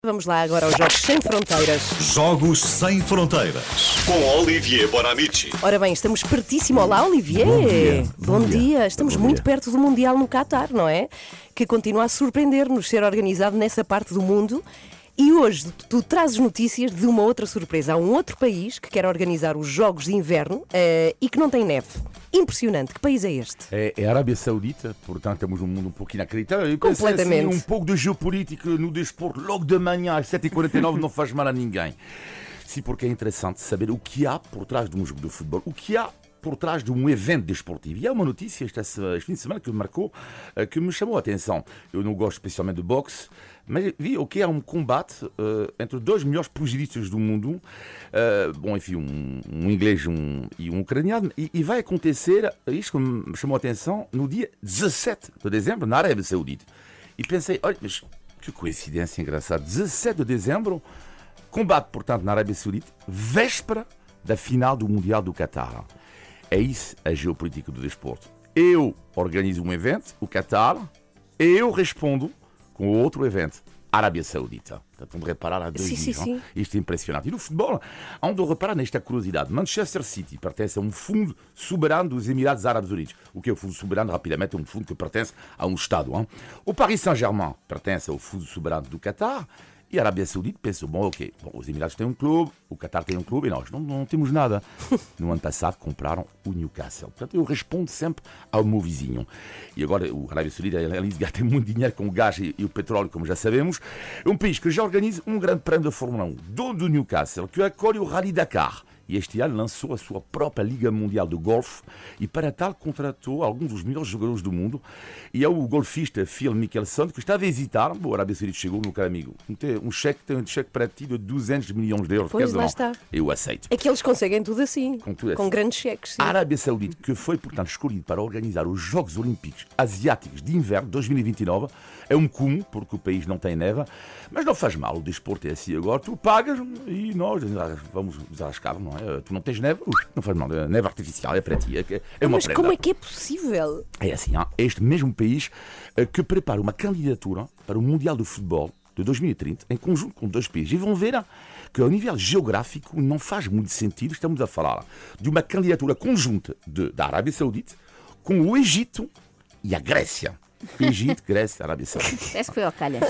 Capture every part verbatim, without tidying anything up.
Vamos lá agora aos Jogos Sem Fronteiras. Jogos Sem Fronteiras, com Olivier Bonamici. Ora bem, estamos pertíssimo. Olá, Olivier. Bom dia. Bom, Bom dia. dia. Estamos Bom muito dia. perto do Mundial no Qatar, não é? Que continua a surpreender-nos ser organizado nessa parte do mundo. E hoje tu, tu trazes notícias de uma outra surpresa. Há um outro país que quer organizar os Jogos de Inverno eh, e que não tem neve. Impressionante. Que país é este? É, é a Arábia Saudita, portanto temos um mundo um pouco inacreditável. Eu pensei Completamente. assim, um pouco de geopolítica no desporto, logo de manhã às sete e quarenta e nove não faz mal a ninguém. Sim, porque é interessante saber o que há por trás de um jogo de futebol, o que há por trás de um evento desportivo. E há uma notícia este, este fim de semana que me marcou, que me chamou a atenção. Eu não gosto especialmente de boxe, mas vi o que é um combate uh, entre dois melhores pugilistas do mundo, uh, bom, enfim, um, um inglês um, e um ucraniano, e, e vai acontecer, isto que me chamou a atenção, no dia dezassete de dezembro, na Arábia Saudita. E pensei, olha, mas que coincidência engraçada, dezassete de dezembro, combate, portanto, na Arábia Saudita, véspera da final do Mundial do Qatar. É isso a geopolítica do desporto. Eu organizo um evento, o Qatar, e eu respondo com outro evento, Arábia Saudita. Portanto, vamos reparar há dois Sim, dias. sim, Não? sim. Isto é impressionante. E no futebol, há de reparar nesta curiosidade. Manchester City pertence a um fundo soberano dos Emirados Árabes Unidos. O que é o fundo soberano? Rapidamente, é um fundo que pertence a um Estado. Hein? O Paris Saint-Germain pertence ao fundo soberano do Qatar. E a Arábia Saudita pensou, bom, ok, bom, os Emirados têm um clube, o Qatar tem um clube e nós não, não temos nada. No ano passado compraram o Newcastle. Portanto, eu respondo sempre ao meu vizinho. E agora, o Arábia Saudita, além de gastar muito dinheiro com o gás e, e o petróleo, como já sabemos, é um país que já organiza um grande prémio da Fórmula um, dono do Newcastle, que acolhe o Rally Dakar. E este ano lançou a sua própria Liga Mundial de Golfe e para tal contratou alguns dos melhores jogadores do mundo. E é o golfista Phil Mickelson que está a visitar. Bom, a Arábia Saudita chegou, meu caro amigo. Um cheque, tem um cheque para ti de duzentos milhões de euros. Pois, Quer dizer, lá não, está. Eu aceito. É que eles conseguem tudo assim, Com tudo com assim. grandes cheques. Sim. A Arábia Saudita, que foi, portanto, escolhido para organizar os Jogos Olímpicos Asiáticos de Inverno dois mil e vinte e nove, é um cúmulo, porque o país não tem neve, mas não faz mal, o desporto é assim agora, tu pagas e nós vamos desarrascar, não é? Tu não tens neve, ui, não faz mal, a neve artificial é para ti, é, é uma Mas prenda. como é que é possível? É assim, hein? É este mesmo país eh, que prepara uma candidatura para o Mundial de Futebol de dois mil e trinta, em conjunto com dois países. E vão ver hein, que, ao nível geográfico, não faz muito sentido. Estamos a falar de uma candidatura conjunta de, da Arábia Saudita com o Egito e a Grécia. Egito, Grécia, Arábia Saudita. Parece que foi ao calhas.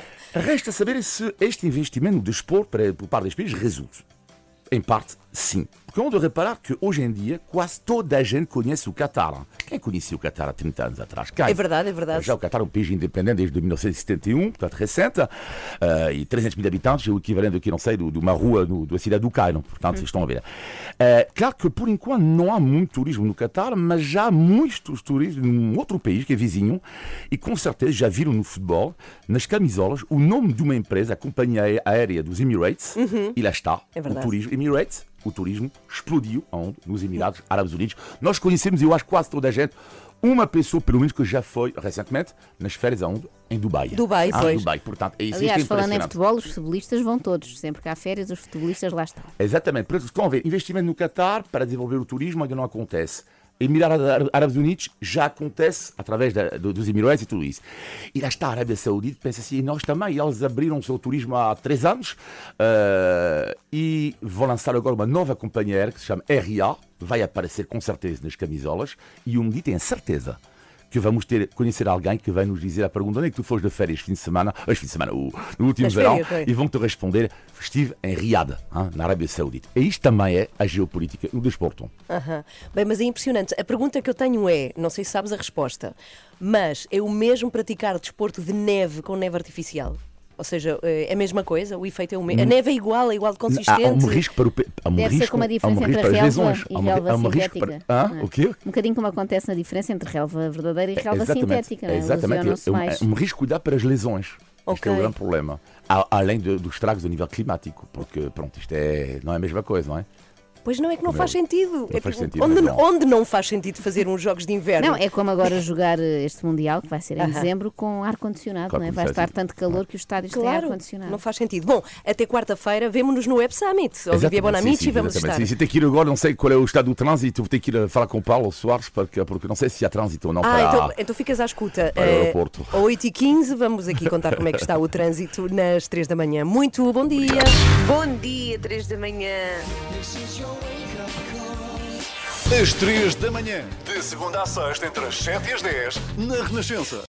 Resta saber se este investimento no desporto para, por parte dos países resulta. Em parte, sim. Porque onde reparar que hoje em dia quase toda a gente conhece o Qatar. Quem conhecia o Qatar há trinta anos atrás? Quem? É verdade, é verdade. Já o Qatar é um país independente desde mil novecentos e setenta e um, portanto recente, uh, e trezentos mil habitantes, é o equivalente aqui, não sei, de uma rua no, da cidade do Cairo. Portanto, vocês estão a ver. Uh, claro que por enquanto não há muito turismo no Qatar, mas já há muitos turistas num outro país que é vizinho, e com certeza já viram no futebol, nas camisolas, o nome de uma empresa, a companhia aérea dos Emirates, e lá está, É o verdade. turismo. Emirates, o turismo explodiu onde? Nos Emirados Árabes Unidos. Nós conhecemos, eu acho, quase toda a gente, uma pessoa, pelo menos, que já foi recentemente nas férias aonde? Em Dubai. Dubai, ah, pois. Dubai. Portanto, é isso. Aliás, Isto é falando em impressionante. futebol, os futebolistas vão todos. Sempre que há férias, os futebolistas lá estão. Exatamente. Portanto, estão a ver, investimento no Qatar para desenvolver o turismo ainda não acontece. Emirados Árabes Unidos já acontece através da, do, dos Emirates e tudo isso. E lá está a Arábia Saudita, pensa assim, e nós também, eles abriram o seu turismo há três anos uh, e vão lançar agora uma nova companhia aérea que se chama R A, vai aparecer com certeza nas camisolas e um dia tenho certeza que vamos ter, conhecer alguém que vai nos dizer a pergunta onde é que tu foste de férias este fim de semana, este fim de semana, o, no último Nas verão, férias, foi. e vão-te responder, estive em Riad, hein, na Arábia Saudita. E isto também é a geopolítica no desporto. Aham. Bem, mas é impressionante. A pergunta que eu tenho é, não sei se sabes a resposta, mas é o mesmo praticar desporto de neve com neve artificial? Ou seja, é a mesma coisa? O efeito é o mesmo? A neve é igual, é igual de consistente? Há um risco para o pe- há um Deve ser risco, como a há um diferença risco entre para a as relva lesões. e Há um ri- relva há um risco sintética. para... Hã? não é? O quê? Um bocadinho como acontece na diferença entre relva verdadeira e relva sintética. Não é? Exatamente. Lesionam-se É um, mais. é um risco cuidar para as lesões. Este Ok. é o grande problema. A- Além de- dos estragos a nível climático, porque pronto, isto é, não é a mesma coisa, não é? Pois não, é que não Como faz é? sentido. É faz tipo, sentido, onde, mas não. onde não faz sentido fazer uns jogos de inverno? Não, é como agora jogar eh, este Mundial, que vai ser em dezembro, com ar-condicionado, Claro, não é? como Vai disseste. estar tanto calor que os estádios têm Claro, ar-condicionado. não faz sentido. Bom, até quarta-feira vemo-nos no Web Summit. Olivia Exatamente, Bonamici, sim, sim, vamos exatamente. estar. Sim, sim, tem que ir agora, não sei qual é o estado do trânsito, vou ter que ir falar com o Paulo Soares, porque, porque não sei se há trânsito ou não Ah, para... então, então ficas à escuta. para o Eh, aeroporto. Às oito e quinze vamos aqui contar como é que está o trânsito nas três da manhã. Muito bom dia. Bom dia, três da manhã. Às três da manhã, de segunda à sexta, entre as sete e as dez, na Renascença.